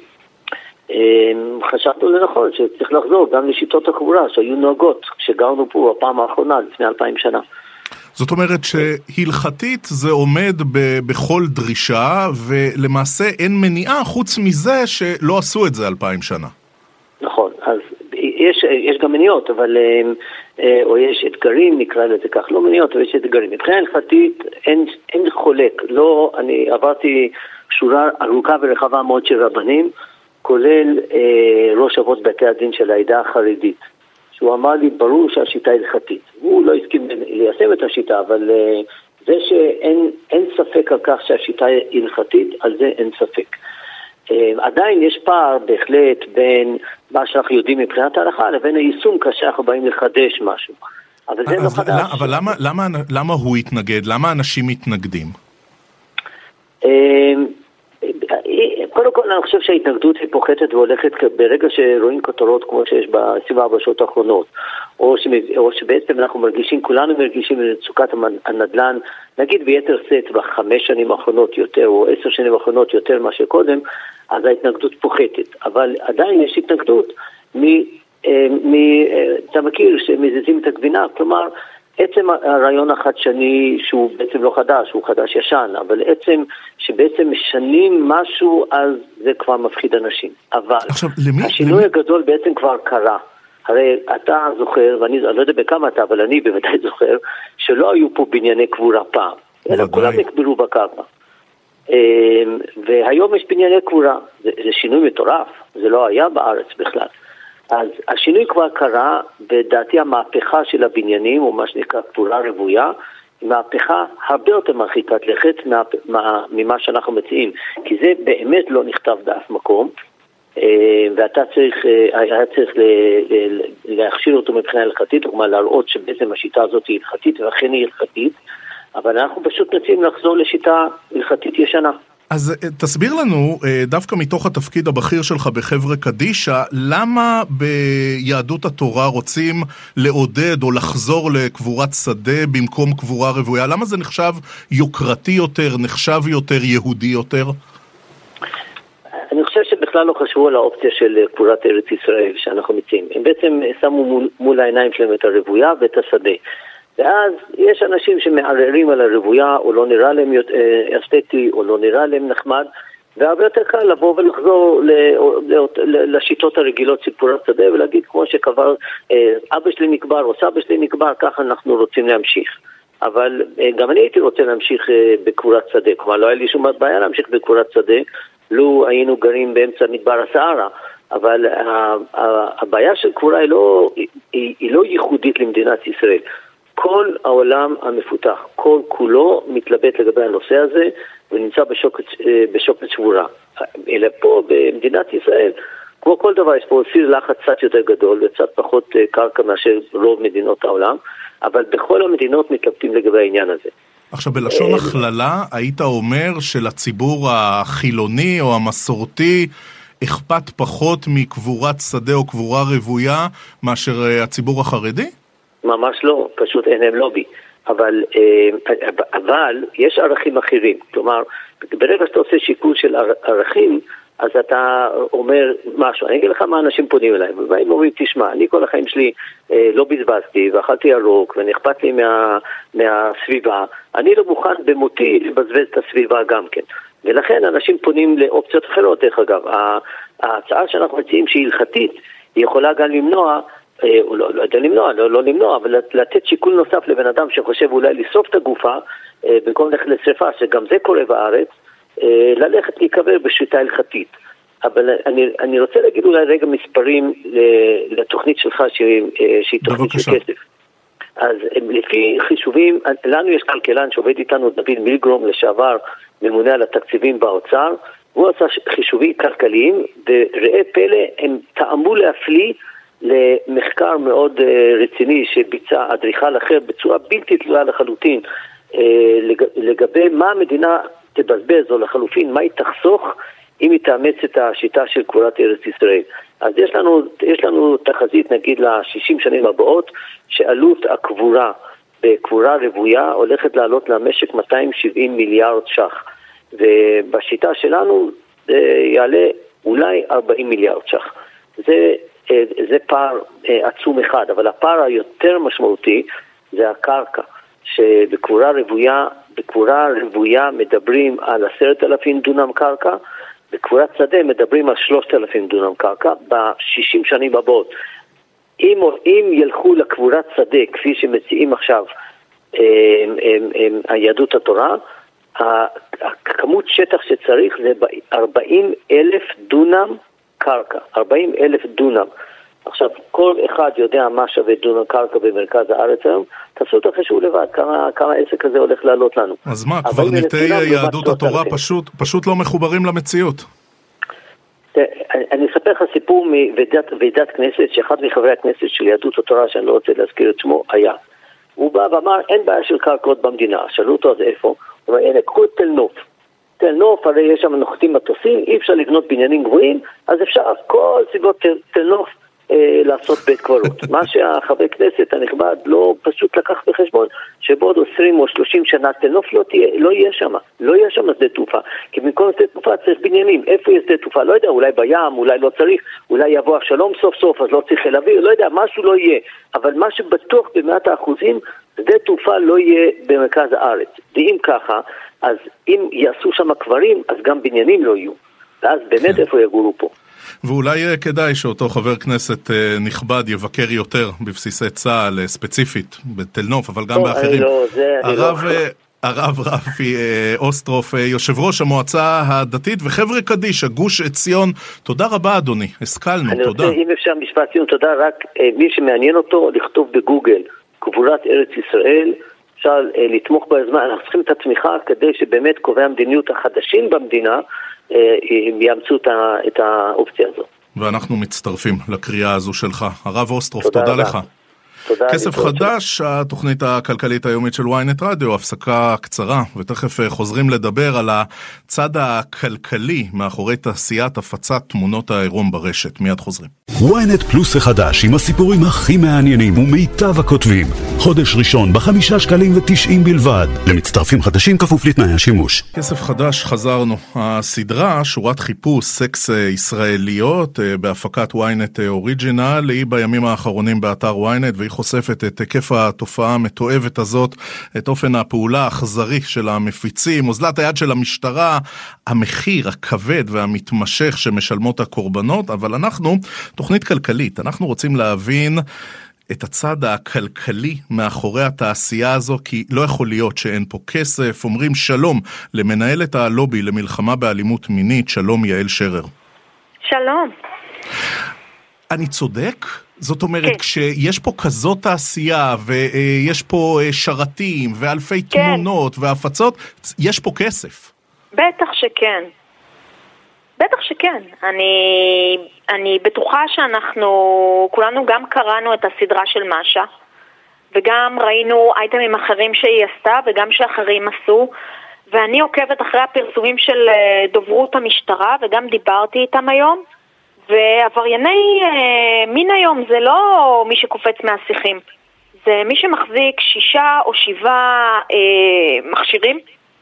חשבנו לנכון שצריך לחזור גם לשיטות הקבורה שהיו נוהגות כשגרנו פה הפעם האחרונה לפני 2000 שנה. זאת אומרת שהלכתית זה עומד בכל דרישה, ולמעשה אין מניעה חוץ מזה שלא עשו את זה 2000 שנה. נכון, אז יש גם מניעות, אבל, או יש אתגרים, נקרא לזה כך, לא מניעות, אבל יש אתגרים. מבחינה הלכתית אין חולק, לא, אני עברתי שורה ארוכה ורחבה מאוד של רבנים, כולל ראש אבות בתי הדין של העדה החרדית. שהוא אמר לי, ברור שהשיטה הלכתית. הוא לא הסכים ליישם את השיטה, אבל זה שאין ספק על כך שהשיטה הלכתית, על זה אין ספק. עדיין יש פער בהחלט בין מה שאנחנו יודעים מבחינת ההלכה, לבין היישום כאשר אנחנו באים לחדש משהו. אבל זה לא חדש. אבל למה הוא התנגד? למה אנשים מתנגדים? קודם כל אני חושב שההתנגדות היא פוחתת והולכת ברגע שרואים כותרות כמו שיש ב-24 שעות האחרונות, או שבעצם אנחנו מרגישים, כולנו מרגישים מצוקת הנדל"ן, נגיד ביתר סט ב5 שנים האחרונות יותר, או 10 שנים האחרונות יותר מה שקודם, אז ההתנגדות פוחתת. אבל עדיין יש התנגדות אתה מכיר שמזיזים את הגבינה, כלומר, עצם הרעיון החדשני שהוא בעצם לא חדש, הוא חדש ישן, אבל עצם שבעצם משנים משהו, אז זה כבר מפחיד אנשים. אבל השינוי הגדול בעצם כבר קרה. הרי אתה זוכר, ואני לא יודע בכמה אתה, אבל אני בוודאי זוכר, שלא היו פה בנייני קבורה פעם, אלא כולם נקברו בקרקע. והיום יש בנייני קבורה, זה שינוי מטורף, זה לא היה בארץ בכלל. אז השינוי כבר קרה, בדעתי המהפכה של הבניינים, או מה שנקרא קבורה רוויה, היא מהפכה הרבה יותר מרחיקת לכת ממה שאנחנו מציעים, כי זה באמת לא נכתב באף מקום, ואתה היה צריך להכשיר אותו מבחינה הלכתית, כלומר להראות שבעצם השיטה הזאת היא הלכתית, ואכן היא הלכתית, אבל אנחנו פשוט מציעים לחזור לשיטה הלכתית ישנה. אז תסביר לנו, דווקא מתוך התפקיד הבכיר שלך בחברה קדישה, למה ביהדות התורה רוצים לעודד או לחזור לקבורת שדה במקום קבורה רוויה? למה זה נחשב יוקרתי יותר, נחשב יותר, יהודי יותר? אני חושב שבכלל לא חשבו על האופציה של קבורת ארץ ישראל שאנחנו מציעים. הם בעצם שמו מול העיניים שלהם את הרוויה ואת השדה. ואז יש אנשים שמערערים על הרוויה, או לא נראה להם אסתטי, או לא נראה להם נחמד, והרבה יותר קל לבוא ולחזור לשיטות הרגילות של קבורת שדה, ולהגיד כמו שקבר אבא שלי נקבר, או סבא שלי נקבר, ככה אנחנו רוצים להמשיך. אבל גם אני הייתי רוצה להמשיך בקבורת שדה, כלומר לא היה לי שום בעיה להמשיך בקבורת שדה, לו היינו גרים באמצע מדבר הסהרה, אבל הבעיה של קבורה היא לא ייחודית למדינת ישראל. כל העולם המפותח, כל כולו מתלבט לגבי הנושא הזה, ונמצא בשוקת שבורה. אלא פה במדינת ישראל, כמו כל דבר, יש פה סיר לחץ קצת יותר גדול, וקצת פחות קרקע מאשר רוב מדינות העולם, אבל בכל המדינות מתלבטים לגבי העניין הזה. עכשיו, בלשון הכללה, היית אומר שלציבור החילוני או המסורתי אכפת פחות מקבורת שדה או קבורה רוויה מאשר הציבור החרדי? ממש לא, פשוט אין להם לובי. אבל יש ערכים אחרים. כלומר, ברגע שאתה עושה שיקול של ערכים, אז אתה אומר משהו. אני אגיד לך מה אנשים פונים אליי. והם אומרים, תשמע, אני כל החיים שלי לא בזבזתי, ואכלתי ירוק, ונכפת לי מהסביבה. אני לא מוכן במותי לבזבז את הסביבה גם כן. ולכן אנשים פונים לאופציות אחרות. דרך אגב, ההצעה שאנחנו מציעים שהיא הלכתית, היא יכולה גם למנוע, לא יודע למנוע, אבל לתת שיקול נוסף לבן אדם שחושב אולי לסוף את הגופה, במקום ללכת לשריפה, שגם זה קורה בארץ, ללכת להיקבר בשיטה הלכתית. אבל אני רוצה להגיד אולי רגע מספרים לתוכנית שלך שהיא תוכנית של כסף. אז לפי חישובים, לנו יש כלכלן שעובד איתנו, דוד מילגרום לשעבר, ממונה על התקציבים באוצר, הוא עשה חישובים כלכליים, וראה פלא, הם טעמו להפליא למחקר מאוד רציני שביצע אדריכל אחר בצורה בלתי תלויה לחלוטין, לגבי מה המדינה תבזבז או לחלופין, מה היא תחסוך אם היא תאמץ את השיטה של קבורת ארץ ישראל. אז יש לנו תחזית נגיד ל-60 שנים הבאות, שעלות הקבורה בקבורה רוויה הולכת לעלות למשק 270 מיליארד ש"ח. ובשיטה שלנו יעלה אולי 40 מיליארד ש"ח. זה פער עצום אחד, אבל הפער היותר משמעותי זה הקרקע, שבקבורה רוויה מדברים על 10,000 דונם קרקע, בקבורת שדה מדברים על 3,000 דונם קרקע ב-60 שנים הבאות. אם ילכו לקבורת שדה כפי שמציעים עכשיו היהדות התורה, הכמות שטח שצריך זה 40,000 דונם קרקע, 40,000 דונם. עכשיו, כל אחד יודע מה שווה דונם קרקע במרכז הארץ היום, תעשו את החישוב לבד, כמה העסק הזה הולך לעלות לנו. אז מה, קברניטי יהדות התורה פשוט לא מחוברים למציאות? אני אספר לך סיפור מוועידת כנסת, שאחד מחברי הכנסת של יהדות התורה, שאני לא רוצה להזכיר את שמו, היה. הוא בא ואמר, אין בעיה של קרקעות במדינה. שאלו אותו אז איפה? הוא אומר, הנה, קחו את תל נוף. תל נוף, הרי יש שם נוחתים מטוסים, אי אפשר לבנות בניינים גבוהים, אז אפשר כל סביבות תל נוף לעשות בית קברות. מה שהחבר כנסת הנכבד לא פשוט לקח בחשבון, שבעוד 20 או 30 שנה תל נוף לא יהיה שם שדה תעופה, כי במקום שדה תעופה צריך בניינים. איפה יש שדה תעופה? לא יודע, אולי בים, אולי לא צריך, אולי יבוא השלום סוף סוף, אז לא צריך חיל אוויר, לא יודע, משהו לא יהיה. אבל מה שבטוח ב100%, שדה תעופה לא יהיה במרכז הארץ. ואם ככה, אז אם יעשו שם קברים, אז גם בניינים לא יהיו. ואז באמת איפה יגורו פה? ואולי כדאי שאותו חבר כנסת נכבד יבקר יותר בבסיסי צה"ל ספציפית בתל נוף, אבל גם באחרים. הרב רפי אוסטרוף, יושב ראש המועצה הדתית וחברי קדישא, גוש עציון, תודה רבה אדוני, השכלנו, תודה. אני רוצה, אם אפשר משפט סיום, תודה, רק מי שמעניין אותו לכתוב בגוגל, קבורת ארץ ישראל, אפשר לתמוך בזמן, אנחנו צריכים את התמיכה כדי שבאמת קובעי המדיניות החדשים במדינה, הם יאמצו את האופציה הזו. ואנחנו מצטרפים לקריאה הזו שלך. הרב אוסטרוף, תודה לך. כסף חדש, התוכנית הכלכלית היומית של ynet רדיו, הפסקה קצרה, ותכף חוזרים לדבר על הצד הכלכלי מאחורי תעשיית הפצת תמונות העירום ברשת. מיד חוזרים. ynet פלוס החדש עם הסיפורים הכי מעניינים ומיטב הכותבים. חודש ראשון ב5 שקלים ו90 בלבד. למצטרפים חדשים כפוף לתנאי השימוש. כסף חדש, חזרנו. הסדרה, שורת חיפוש סקס ישראליות, בהפקת ynet אוריג'ינל, היא בימים האחרונים באתר ynet, והיא חושפת את היקף התופעה המתועבת הזאת, את אופן הפעולה האכזרי של המפיצים, אוזלת היד של המשטרה, המחיר הכבד והמתמשך שמשלמות הקורבנות, אבל אנחנו, תוכנית כלכלית, אנחנו רוצים להבין את הצד הכלכלי מאחורי התעשייה הזו, כי לא יכול להיות שאין פה כסף. אומרים שלום למנהלת הלובי למלחמה באלימות מינית, שלום יעל שרר. שלום. אני צודק? זאת אומרת, כשיש פה כזאת תעשייה, ויש פה שרתים, ואלפי תמונות, והפצות, יש פה כסף. בטח שכן. בטח שכן. אני בטוחה שאנחנו, כולנו גם קראנו את הסדרה של משה, וגם ראינו אייטמים אחרים שהיא עשתה, וגם שאחרים עשו, ואני עוקבת אחרי הפרסומים של דוברות המשטרה, וגם דיברתי איתם היום, ועברייני מין היום זה לא מי שקופץ מהשיחים, זה מי שמחזיק 6 או 7 מכשירים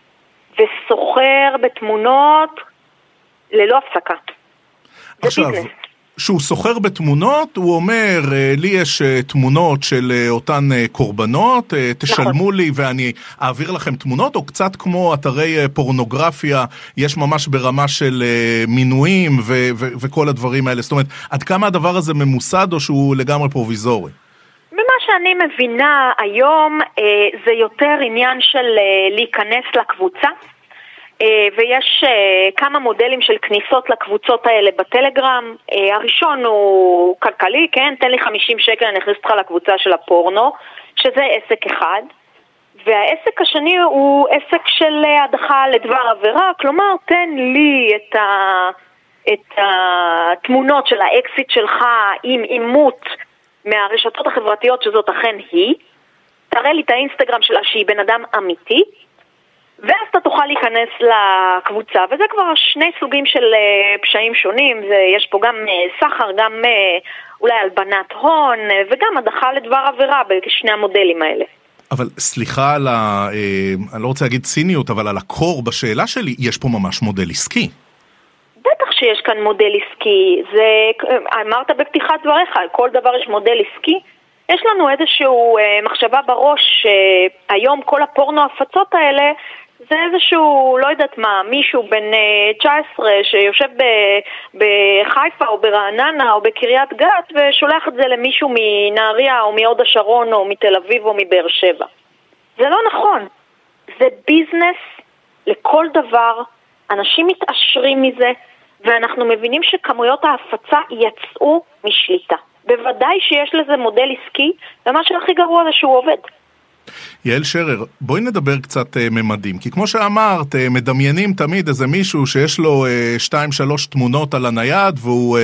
וסוחר בתמונות ללא הפסקה. עכשיו, שהוא סוחר בתמונות, הוא אומר, לי יש תמונות של אותן קורבנות, תשלמו לי ואני אעביר לכם תמונות, או קצת כמו אתרי פורנוגרפיה, יש ממש ברמה של מינויים וכל הדברים האלה. זאת אומרת, עד כמה הדבר הזה ממוסד או שהוא לגמרי פרוביזורי? במה שאני מבינה היום, זה יותר עניין של להיכנס לקבוצה, ויש כמה מודלים של כניסות לקבוצות האלה בטלגרם. הראשון הוא כלכלי, כן? תן לי 50 שקל, אני אכניס אותך לקבוצה של הפורנו, שזה עסק אחד. והעסק השני הוא עסק של הדחה לדבר עבירה, כלומר, תן לי את התמונות של האקסיט שלך עם אימות מהרשתות החברתיות שזאת אכן היא, תראה לי את האינסטגרם שלה שהיא בן אדם אמיתי, ואז אתה תוכל להיכנס לקבוצה, וזה כבר 2 סוגים של פשעים שונים. יש פה גם סחר, גם אולי הלבנת הון, וגם הדחה לדבר עבירה בשני המודלים האלה. אבל סליחה על אני לא רוצה להגיד ציניות, אבל על הקור בשאלה שלי, יש פה ממש מודל עסקי. בטח שיש כאן מודל עסקי. אמרת בפתיחת דבריך, על כל דבר יש מודל עסקי. יש לנו איזשהו מחשבה בראש שהיום כל הפורנו הפצות האלה זה איזשהו, לא יודעת מה, מישהו בן 19 שיושב בחיפה או ברעננה או בקריית גת ושולח את זה למישהו מנהריה או מהוד השרון או מתל אביב או מבאר שבע. זה לא נכון. זה ביזנס לכל דבר, אנשים מתעשרים מזה, ואנחנו מבינים שכמויות ההפצה יצאו משליטה. בוודאי שיש לזה מודל עסקי, ומה שהכי גרוע זה שהוא עובד. יעל שרר, בואי נדבר קצת ממדים, כי כמו שאמרת, מדמיינים תמיד איזה מישהו שיש לו 2-3 תמונות על הנייד, והוא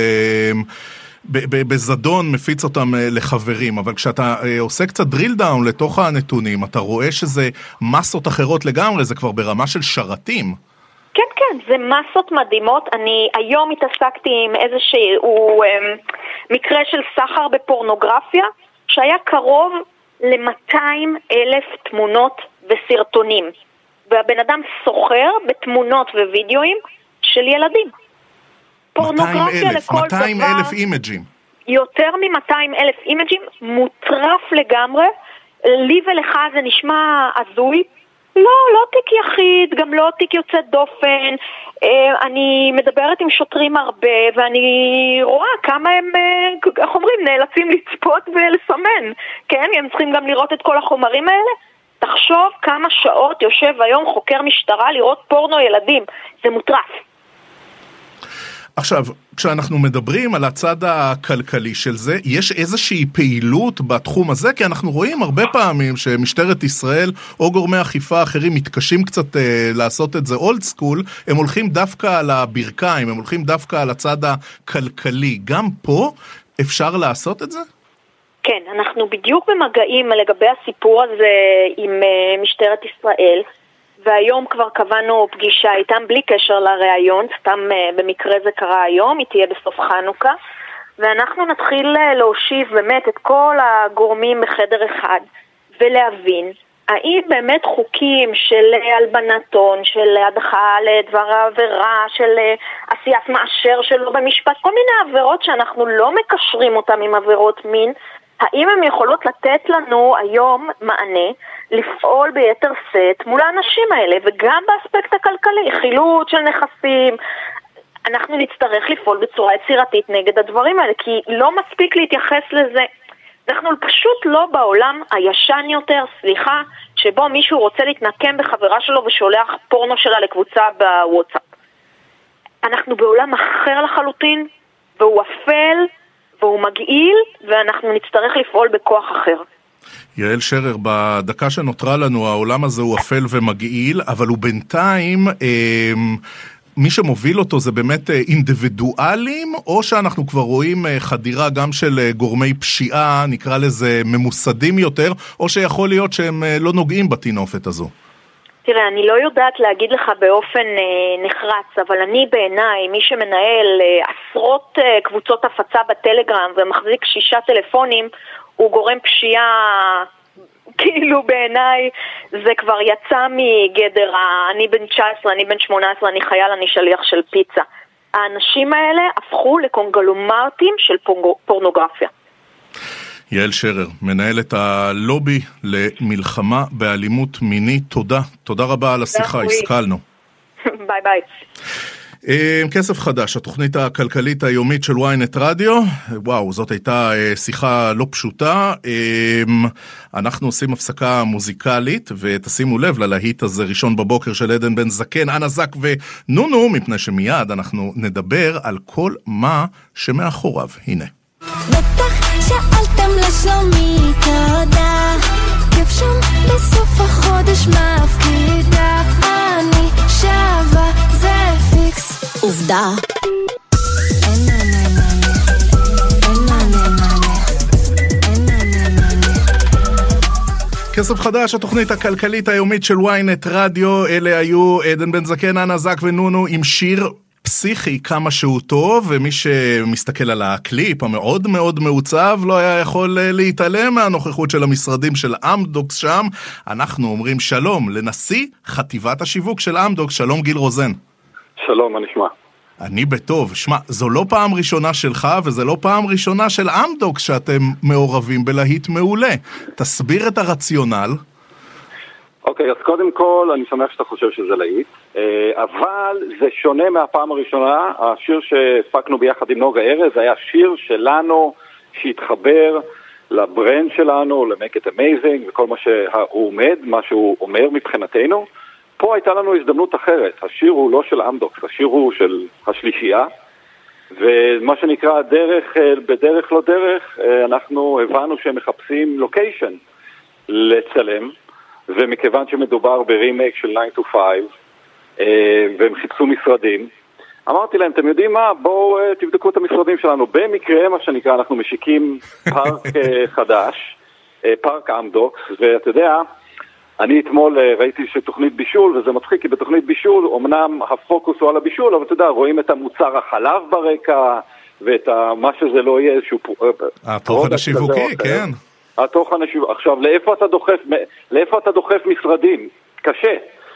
בזדון מפיץ אותם לחברים, אבל כשאתה עושה קצת דריל דאון לתוך הנתונים, אתה רואה שזה מסות אחרות לגמרי, זה כבר ברמה של שרתים. כן, כן, זה מסות מדהימות. אני היום התעסקתי עם איזשהו מקרה של סחר בפורנוגרפיה, שהיה קרוב ל-200,000 תמונות וסרטונים. והבן אדם סוחר בתמונות ווידאוים של ילדים. פורנוגרפיה לכל דבר. 200,000 אימג'ים. יותר מ-200,000 אימג'ים, מוטרף לגמרי. לי ולך זה נשמע הזוי. לא תיק יחיד, גם לא תיק יוצא דופן. אני מדברת עם שוטרים הרבה, ואני רואה כמה הם, איך אומרים, נאלצים לצפות ולסמן. כן, הם צריכים גם לראות את כל החומרים האלה. תחשוב כמה שעות יושב היום חוקר משטרה לראות פורנו ילדים. זה מוטרף. עכשיו, כשאנחנו מדברים על הצד הכלכלי של זה, יש איזושהי פעילות בתחום הזה? כי אנחנו רואים הרבה פעמים שמשטרת ישראל או גורמי אכיפה אחרים מתקשים קצת לעשות את זה אולד סקול, הם הולכים דווקא על הברכיים, הם הולכים דווקא על הצד הכלכלי. גם פה אפשר לעשות את זה? כן, אנחנו בדיוק במגעים לגבי הסיפור הזה עם משטרת ישראל, והיום כבר קבענו פגישה איתם בלי קשר לראיון, סתם במקרה זה קרה היום, היא תהיה בסוף חנוכה, ואנחנו נתחיל להושיב באמת את כל הגורמים בחדר אחד, ולהבין האם באמת חוקים של הלבנת הון, של הדחה לדבר העבירה, של עשיית מאשר שלא במשפט, כל מיני עבירות שאנחנו לא מקשרים אותם עם עבירות מין, האם הן יכולות לתת לנו היום מענה לפעול ביתר סט מול האנשים האלה, וגם באספקט הכלכלי, חילוט של נכסים, אנחנו נצטרך לפעול בצורה יצירתית נגד הדברים האלה, כי לא מספיק להתייחס לזה. אנחנו פשוט לא בעולם הישן יותר, סליחה, שבו מישהו רוצה להתנקם בחברה שלו ושולח פורנו שלה לקבוצה בוואטסאפ. אנחנו בעולם אחר לחלוטין, והוא אפל, והוא מגעיל, ואנחנו נצטרך לפעול בכוח אחר. יעל שרר, בדקה שנותרה לנו, העולם הזה הוא אפל ומגעיל, אבל הוא בינתיים, מי שמוביל אותו זה באמת אינדיבידואלים, או שאנחנו כבר רואים חדירה גם של גורמי פשיעה, נקרא לזה ממוסדים יותר, או שיכול להיות שהם לא נוגעים בתינופת הזו? תראה, אני לא יודעת להגיד לך באופן נחרץ, אבל אני בעיניי, מי שמנהל עשרות קבוצות הפצה בטלגרם ומחזיק 6 טלפונים, הוא גורם פשיעה, כאילו בעיניי זה כבר יצא מגדר, אני בן 19, אני בן 18, אני חייל, אני שליח של פיצה. האנשים האלה הפכו לקונגלומרטים של פורנוגרפיה. יעל שרר, מנהלת הלובי למלחמה באלימות מינית, תודה רבה על השיחה, השכלנו. ביי ביי. כסף חדש, התוכנית הכלכלית היומית של ynet רדיו. וואו, זאת הייתה שיחה לא פשוטה. אנחנו עושים הפסקה מוזיקלית, ותשימו לב ללהיט הזה ראשון בבוקר של עדן בן זקן, אנה זק ונונו, מפני שמיד אנחנו נדבר על כל מה שמאחוריו. הנה. בטח שאלתם לשלומי תודה, כיף שם בסוף החודש מפקידה, אני שווה זה פיקס עובדה. כסף חדש, התוכנית הכלכלית היומית של ynet רדיו. אלה היו עדן בן זקן, אנה זק ונונו עם שיר פסיכי כמה שהוא טוב, ומי שמסתכל על הקליפ המאוד מאוד מעוצב לא היה יכול להתעלם מהנוכחות של המשרדים של אמדוקס שם. אנחנו אומרים שלום לנשיא חטיבת השיווק של אמדוקס, שלום גיל רוזן. שלום, מה נשמע? אני בטוב. שמע, זו לא פעם ראשונה שלך וזה לא פעם ראשונה של אמדוקס שאתם מעורבים בלהיט מעולה. תסביר את הרציונל. אוקיי, אז קודם כל אני שמח שאתה חושב שזה להיט, אבל זה שונה מהפעם הראשונה. השיר שהפקנו ביחד עם נוגה ארז היה שיר שלנו שהתחבר לברנד שלנו, ל-Make It Amazing וכל מה שהוא עומד, מה שהוא אומר מבחינתנו. פה הייתה לנו הזדמנות אחרת, השיר הוא לא של אמדוקס, השיר הוא של השלישייה, ומה שנקרא בדרך לא דרך, אנחנו הבנו שהם מחפשים לוקיישן לצלם, ומכיוון שמדובר ברימייק של 9 to 5, והם חיפשו משרדים, אמרתי להם, אתם יודעים מה? בואו תבדקו את המשרדים שלנו. במקרה, מה שנקרא, אנחנו משיקים פארק חדש, פארק אמדוקס, ואתה יודע, אני אתמול ראיתי שתוכנית בישול, וזה מצחיק, כי בתוכנית בישול, אמנם הפוקוס הוא על הבישול, אבל אתה יודע, רואים את המוצר החלב ברקע, ואת מה שזה לא יהיה איזשהו... התוכן השיווקי, כן. התוכן השיווקי. עכשיו, לאיפה אתה דוחף משרדים? קשה.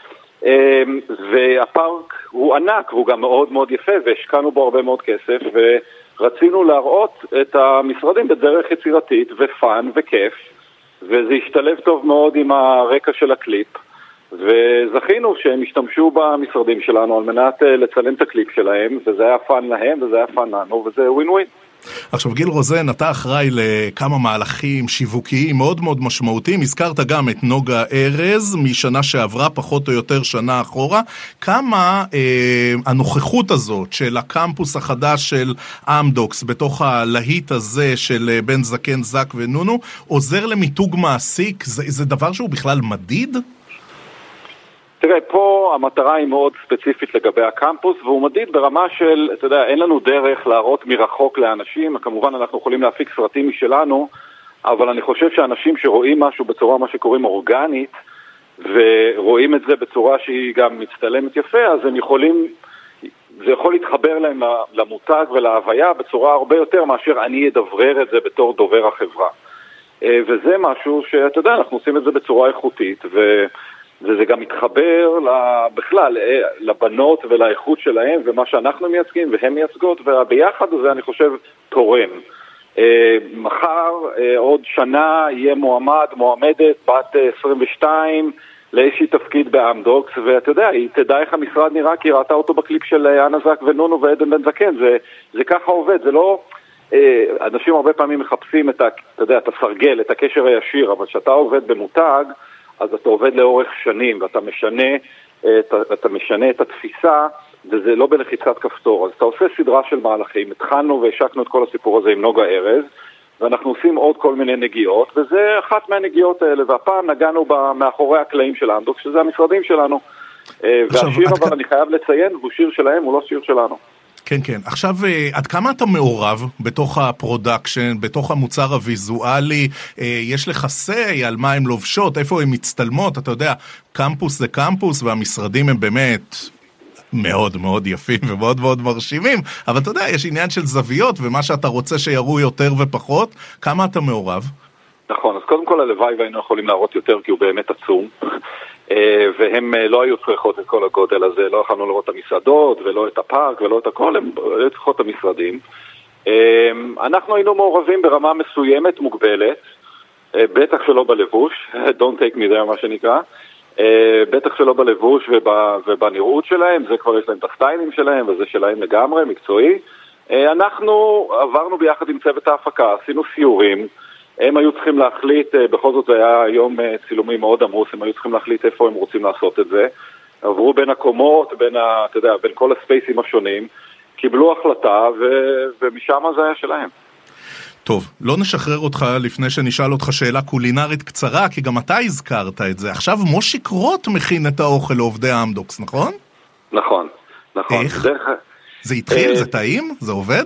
והפארק הוא ענק, והוא גם מאוד מאוד יפה, והשקענו בו הרבה מאוד כסף, ורצינו להראות את המשרדים בדרך יצירתית, ופן וכיף, וזה השתלב טוב מאוד עם הרקע של הקליפ, וזכינו שהם השתמשו במשרדים שלנו על מנת לצלם את הקליפ שלהם, וזה היה פן להם, וזה היה פן לנו, וזה ווין ווין. עכשיו גיל רוזן, אתה אחראי לכמה מהלכים שיווקיים מאוד מאוד משמעותיים, הזכרת גם את נוגה ארז משנה שעברה, פחות או יותר שנה אחורה, כמה הנוכחות הזאת של הקמפוס החדש של אמדוקס בתוך הלהיט הזה של בן זקן זק ונונו, עוזר למיתוג מעסיק, זה דבר שהוא בכלל מדיד? תראה, פה המטרה היא מאוד ספציפית לגבי הקמפוס, והוא מדיד ברמה של, אתה יודע, אין לנו דרך להראות מרחוק לאנשים, כמובן אנחנו יכולים להפיק סרטים משלנו, אבל אני חושב שאנשים שרואים משהו בצורה, מה שקוראים אורגנית, ורואים את זה בצורה שהיא גם מצטלמת יפה, אז הם יכולים, זה יכול להתחבר להם למותג ולהוויה בצורה הרבה יותר מאשר אני אדברר את זה בתור דובר החברה. וזה משהו שאתה יודע, אנחנו עושים את זה בצורה איכותית, וזה גם מתחבר בכלל לבנות ולאיכות שלהם ומה שאנחנו מייצגים והם מייצגות, וביחד הזה אני חושב תורם. מחר עוד שנה יהיה מועמדת בת 22 לאיזושהי תפקיד באמדוקס, ואתה יודע, היא תדע איך המשרד נראה, כי ראתה אותו בקליפ של אנה זק ונונו ועדן בן זקן. זה ככה עובד, זה לא... אנשים הרבה פעמים מחפשים את הסרגל, את הקשר הישיר, אבל כשאתה עובד במותג, אז אתה עובד לאורך שנים, ואתה משנה את התפיסה, וזה לא בלחיצת כפתור. אז אתה עושה סדרה של מהלכים, התחלנו והשקנו את כל הסיפור הזה עם נוגה ארז, ואנחנו עושים עוד כל מיני נגיעות, וזה אחת מהנגיעות האלה, והפעם נגענו מאחורי הקלעים של אמדוקס, שזה המשרדים שלנו. והשיר אבל אני חייב לציין, הוא שיר שלהם, הוא לא שיר שלנו. כן, כן. עכשיו, עד כמה אתה מעורב בתוך הפרודקשן, בתוך המוצר הוויזואלי? יש לך say על מה הם לובשות, איפה הם מצטלמות? אתה יודע, קמפוס זה קמפוס, והמשרדים הם באמת מאוד מאוד יפים ומאוד מאוד מרשימים, אבל אתה יודע, יש עניין של זוויות, ומה שאתה רוצה שיראו יותר ופחות. כמה אתה מעורב? נכון, אז קודם כל הלוואי והיינו יכולים להראות יותר, כי הוא באמת עצום. והם לא היו צריכות את כל הגודל הזה, לא יכולנו לראות את המסעדות ולא את הפארק ולא את הכל, הם היו צריכות את המשרדים. אנחנו היינו מעורבים ברמה מסוימת, מוגבלת, בטח שלא בלבוש, don't take me there מה שנקרא, בטח שלא בלבוש ובנראות שלהם, זה כבר יש להם את הסטיילים שלהם וזה שלהם לגמרי, מקצועי. אנחנו עברנו ביחד עם צוות ההפקה, עשינו סיורים, הם היו צריכים להחליט, בכל זאת זה היה יום צילומי מאוד עמוס, הם היו צריכים להחליט איפה הם רוצים לעשות את זה, עברו בין הקומות, בין כל הספייסים השונים, קיבלו החלטה ומשם זה היה שלהם. טוב, לא נשחרר אותך לפני שנשאל אותך שאלה קולינרית קצרה, כי גם אתה הזכרת את זה. עכשיו מושיק רוט מכין את האוכל לעובדי האמדוקס, נכון? נכון. איך? זה התחיל? זה טעים? זה עובד?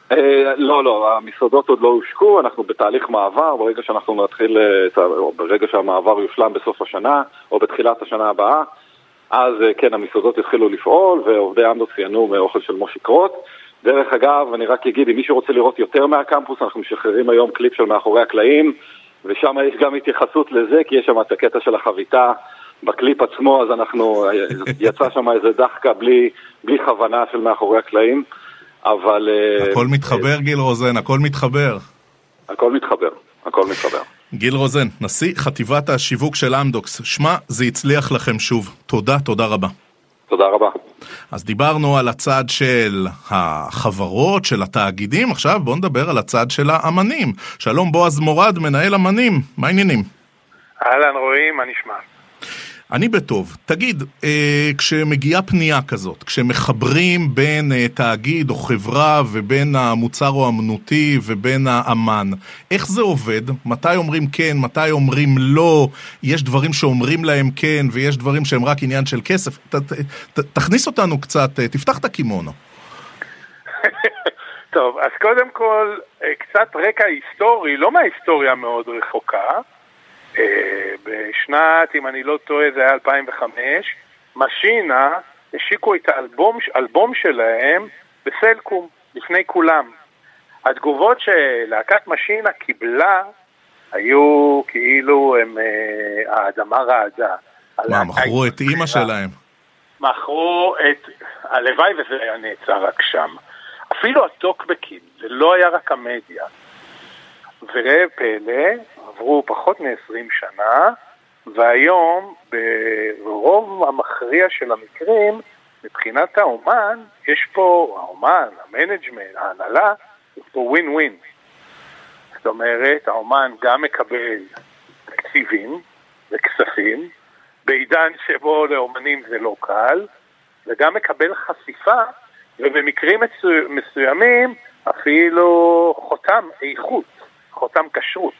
לא, המסעדות עוד לא הושקו, אנחנו בתהליך מעבר, ברגע שהמעבר יושלם בסוף השנה, או בתחילת השנה הבאה, אז כן, המסעדות התחילו לפעול, ועובדי אמדוקס ייהנו מאוכל של מושיק רוט. דרך אגב, אני רק אגיד, אם מישהו רוצה לראות יותר מהקמפוס, אנחנו משחררים היום קליפ של מאחורי הקלעים, ושם יש גם התייחסות לזה, כי יש שם את הקטע של החביתה בקליפ עצמו, אז יצא שם איזה דחקה בלי כוונה של מאחורי הקלעים. אבל... הכל מתחבר, גיל רוזן, הכל מתחבר. הכל מתחבר. גיל רוזן, נשיא חטיבת השיווק של אמדוקס. שמה, זה הצליח לכם שוב. תודה רבה. תודה רבה. אז דיברנו על הצד של החברות, של התאגידים, עכשיו בואו נדבר על הצד של האמנים. שלום בועז מורד, מנהל אמנים, מה העניינים? אהלן רועי, מה נשמע? אני בטוב. תגיד, כשמגיעה פנייה כזאת, כשמחברים בין תאגיד או חברה ובין המוצר או האמנותי ובין האמן, איך זה עובד? מתי אומרים כן, מתי אומרים לא? יש דברים שאומרים להם כן ויש דברים שהם רק עניין של כסף. תכניס אותנו קצת, תפתח את הקימונו. טוב, אז קודם כל, קצת רקע היסטורי, לא מההיסטוריה מאוד רחוקה, בשנת, אם אני לא טועה, זה היה 2005, משינה השיקו את האלבום שלהם בסלקום, לפני כולם. התגובות שלהקת משינה קיבלה היו כאילו האדמה רעדה. מה, מכרו את אמא שלהם? מכרו את... הלוואי וזה היה נעצר רק שם. אפילו הטוקבקים, זה לא היה רק המדיה. וראה פלא, עברו פחות מ-20 שנה, והיום ברוב המכריע של המקרים, מבחינת האומן, יש פה, האומן, המנג'מנט, ההנהלה, יש פה ווין ווין. זאת אומרת, האומן גם מקבל תקציבים וכספים, בעידן שבו לאומנים זה לא קל, וגם מקבל חשיפה, ובמקרים מסוימים אפילו חותם איכות, חותם כשרות.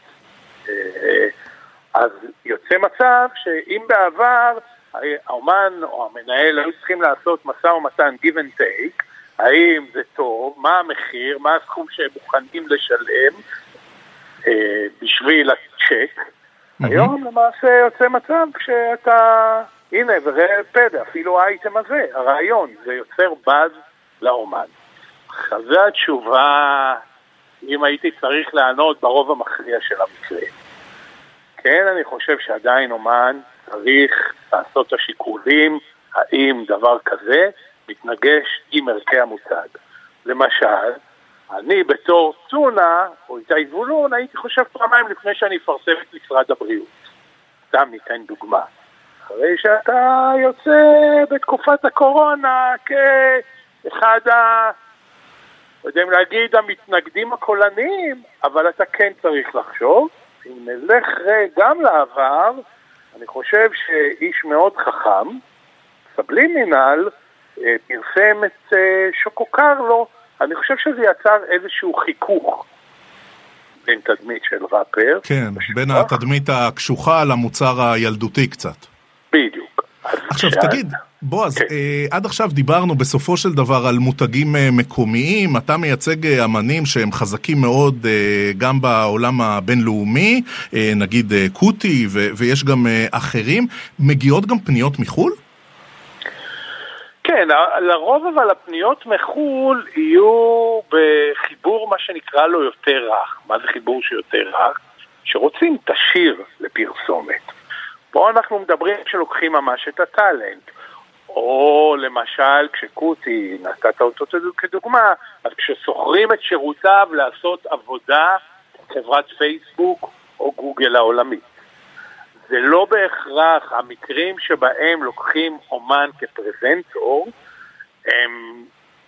אז יוצא מצב שאם בעבר האומן או המנהל היו צריכים לעשות משא ומתן give and take, האם זה טוב, מה המחיר, מה הסכום שהם מוכנים לשלם בשביל הצ'ק, היום למעשה יוצא מצב כשאתה, הנה וראה פדע, אפילו האייטם הזה, הרעיון, זה יוצר באז לאומן. אז זו התשובה, אם הייתי צריך לענות ברוב המכריע של המקרה. כן, אני חושב שעדיין אומן צריך לעשות את השיקולים, האם דבר כזה מתנגש עם ערכי המותג. למשל, אני בתור טונה, או איתי זבולון, הייתי חושב פעמיים לפני שאני אפרסם את משרד הבריאות. סתם ניתן דוגמה. אחרי שאתה יוצא בתקופת הקורונה כאחד יודעים להגיד המתנגדים הקולניים, אבל אתה כן צריך לחשוב. אם נלך גם לעבר, אני חושב שאיש מאוד חכם, סבלימינל, פרסם את שוקו קרלו, אני חושב שזה יצר איזשהו חיכוך בין תדמית של ראפר. כן, בין התדמית הקשוחה למוצר הילדותי קצת. בדיוק. עכשיו תגיד, בועז, עד עכשיו דיברנו בסופו של דבר על מותגים מקומיים, אתה מייצג אמנים שהם חזקים מאוד גם בעולם הבינלאומי, נגיד קוטי ויש גם אחרים, מגיעות גם פניות מחול? כן, לרוב אבל הפניות מחול יהיו בחיבור מה שנקרא לו יותר רך. מה זה חיבור שיותר רך? שרוצים תשיר לפרסומת. פה אנחנו מדברים שלוקחים ממש את הטלנט. או למשל כשקוטי, נתת אותו כדוגמה, אז כשסוחרים את שירותיו לעשות עבודה חברת פייסבוק או גוגל העולמית. זה לא בהכרח המקרים שבהם לוקחים אומן כפרזנטור, הם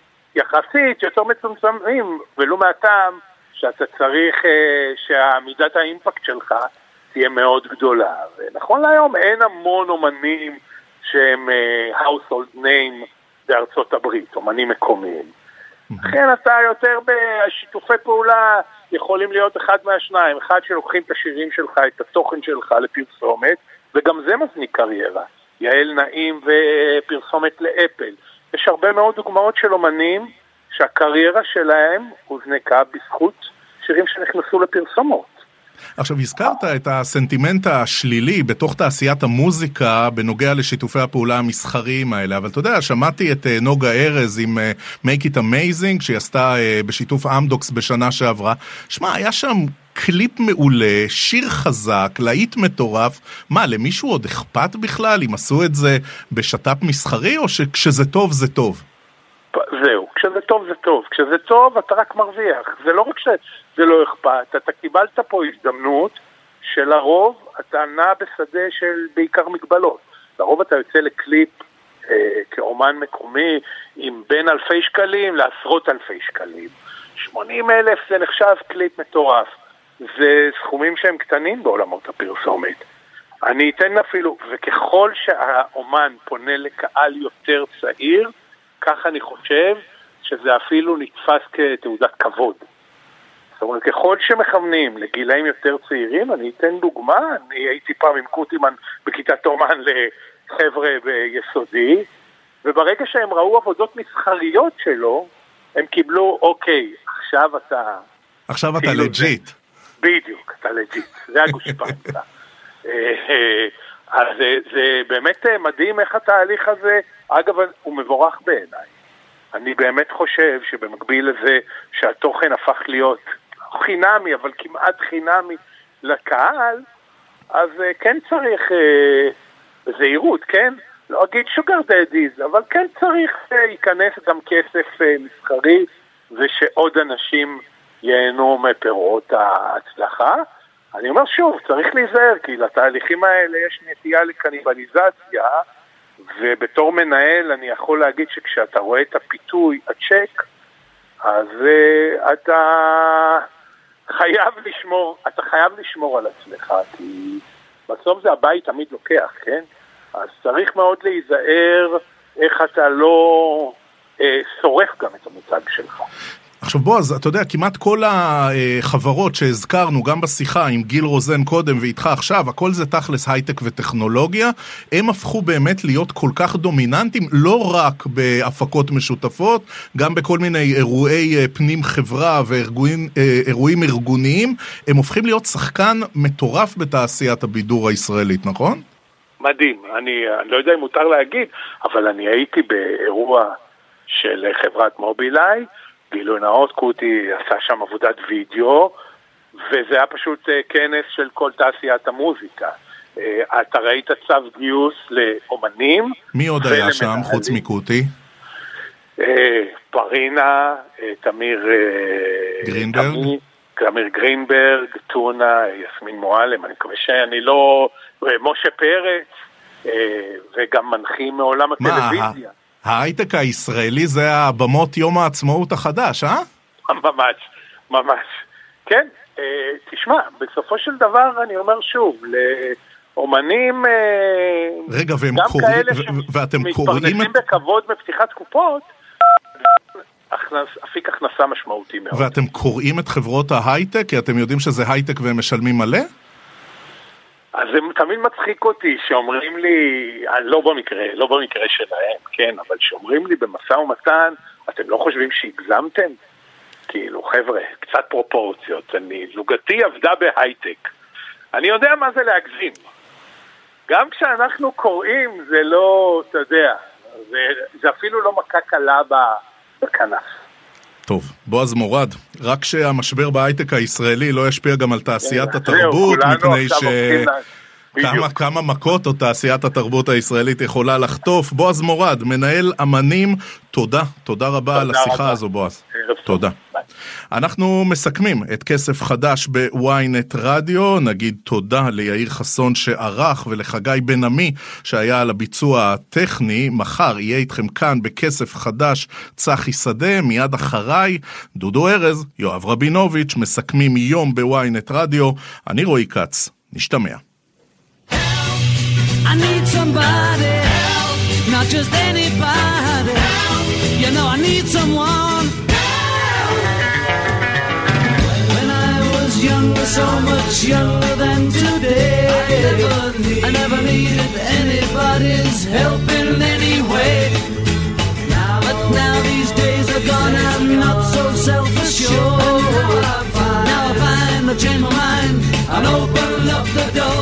יחסית יותר מצומצמים, ולא מהטעם שאתה צריך שהמידת האימפקט שלך תהיה מאוד גדולה. ונכון להיום אין המון אומנים שהם household name בארצות הברית, אומנים מקומיים. לכן אתה יותר בשיתופי פעולה יכולים להיות אחד מהשניים, אחד שלוקחים את השירים שלך, את התוכן שלך לפרסומת, וגם זה מזניק קריירה. יעל נעים ופרסומת לאפל. יש הרבה מאוד דוגמאות של אומנים שהקריירה שלהם הוזנקה בזכות שירים שנכנסו לפרסומות. עכשיו, הזכרת את הסנטימנט השלילי בתוך תעשיית המוזיקה בנוגע לשיתופי הפעולה המסחריים האלה, אבל אתה יודע, שמעתי את נוגה ארז עם Make It Amazing, שהיא עשתה בשיתוף אמדוקס בשנה שעברה. שמע, היה שם קליפ מעולה, שיר חזק, להיט מטורף. מה, למישהו עוד אכפת בכלל אם עשו את זה בשת"פ מסחרי, או שכשזה טוב זה טוב? זהו, כשזה טוב זה טוב. כשזה טוב אתה רק מרוויח. זה לא רק שזה לא אכפת, אתה קיבלת פה הזדמנות שלרוב אתה נע בשדה של בעיקר מגבלות. לרוב אתה יוצא לקליפ כאומן מקומי עם בין אלפי שקלים לעשרות אלפי שקלים. 80,000 זה נחשב קליפ מטורף. זה סכומים שהם קטנים בעולמות הפרסומת. אני אתן אפילו, וככל שהאומן פונה לקהל יותר צעיר, כך אני חושב שזה אפילו נתפס כתעודת כבוד. זאת אומרת, ככל שמכוונים לגילאים יותר צעירים, אני אתן דוגמה, אני הייתי פעם עם קוטימן בכיתת אומן לחבר'ה ביסודי, וברגע שהם ראו עבודות מסחריות שלו, הם קיבלו, אוקיי, עכשיו אתה לג'יט. בדיוק, אתה לג'יט, זה הגושפנקה. אז זה באמת מדהים איך התהליך הזה, אגב, הוא מבורך בעיניי. אני באמת חושב שבמקביל לזה שהתוכן הפך להיות חינמי, אבל כמעט חינמי לקהל, אז כן צריך זהירות, כן? לא אגיד שוגר דדיז, אבל כן צריך להיכנס גם כסף מסחרי, ושעוד אנשים ייהנו מפירות ההצלחה. אני אומר שוב, צריך להיזהר, כי לתהליכים האלה יש נטייה לקניבליזציה, ובתור מנהל אני יכול להגיד שכשאתה רואה את הפיתוי, הצ'ק, אז אתה חייב לשמור על עצמך, כי בסוף זה הבית תמיד לוקח, כן? אז צריך מאוד להיזהר איך אתה לא שורף גם את המוצג שלך. עכשיו בועז, אתה יודע, כמעט כל החברות שהזכרנו, גם בשיחה עם גיל רוזן קודם ואיתך עכשיו, הכל זה תכלס הייטק וטכנולוגיה, הם הפכו באמת להיות כל כך דומיננטים, לא רק בהפקות משותפות, גם בכל מיני אירועי פנים חברה ואירועים ארגוניים, הם הופכים להיות שחקן מטורף בתעשיית הבידור הישראלית, נכון? מדהים, אני לא יודע אם מותר להגיד, אבל אני הייתי באירוע של חברת מובילאיי, גילוי נאות, קוטי עשה שם עבודת וידאו, וזה היה פשוט כנס של כל תעשיית המוזיקה. אתה ראית צו גיוס לאומנים. מי עוד היה שם חוץ מקוטי? פרינה, תמיר גרינברג, טונה, יסמין מועלם, אני מקווה שאני לא... משה פרץ, וגם מנחים מעולם הטלוויזיה. ההייטק הישראלי זה הבמות יום העצמאות החדש, אה? ממש. כן, תשמע, בסופו של דבר אני אומר שוב, לאומנים, רגע, גם כאלה שמתפרנסים בכבוד בפתיחת קופות, אפיק הכנסה משמעותי מאוד. ואתם קוראים את חברות ההייטק, כי אתם יודעים שזה הייטק והם משלמים מלא? אז זה תמיד מצחיק אותי שאומרים לי, לא במקרה שלהם, כן, אבל שאומרים לי במשא ומתן, אתם לא חושבים שהגזמתם? כאילו, חבר'ה, קצת פרופורציות. זוגתי עבדה בהייטק. אני יודע מה זה להגזים. גם כשאנחנו קוראים, זה לא, אתה יודע, זה אפילו לא מכה קלה בכנף. טוב, בועז מורד, רק שהמשבר בהייטק הישראלי לא ישפיע גם על תעשיית התרבות, מפני כמה מכות או תעשיית התרבות הישראלית יכולה לחטוף. בועז מורד, מנהל אמנים, תודה רבה על השיחה הזו, בועז. תודה. אנחנו מסכמים את כסף חדש בוויינט רדיו, נגיד תודה ליאיר חסון שערך ולחגי בן עמי שהיה על הביצוע הטכני. מחר יהיה איתכם כאן בכסף חדש צחי שדה, מיד אחריי דודו ארז, יואב רבינוביץ', מסכמים יום בוויינט רדיו. אני רועי קץ, נשתמע. I need somebody help, not just anybody help. You know I need someone help. When I was younger, so much younger than today, I never needed anybody's help in any way. But now these days are gone, I'm not so self-assured. Now I find I've changed my mind and open up the door.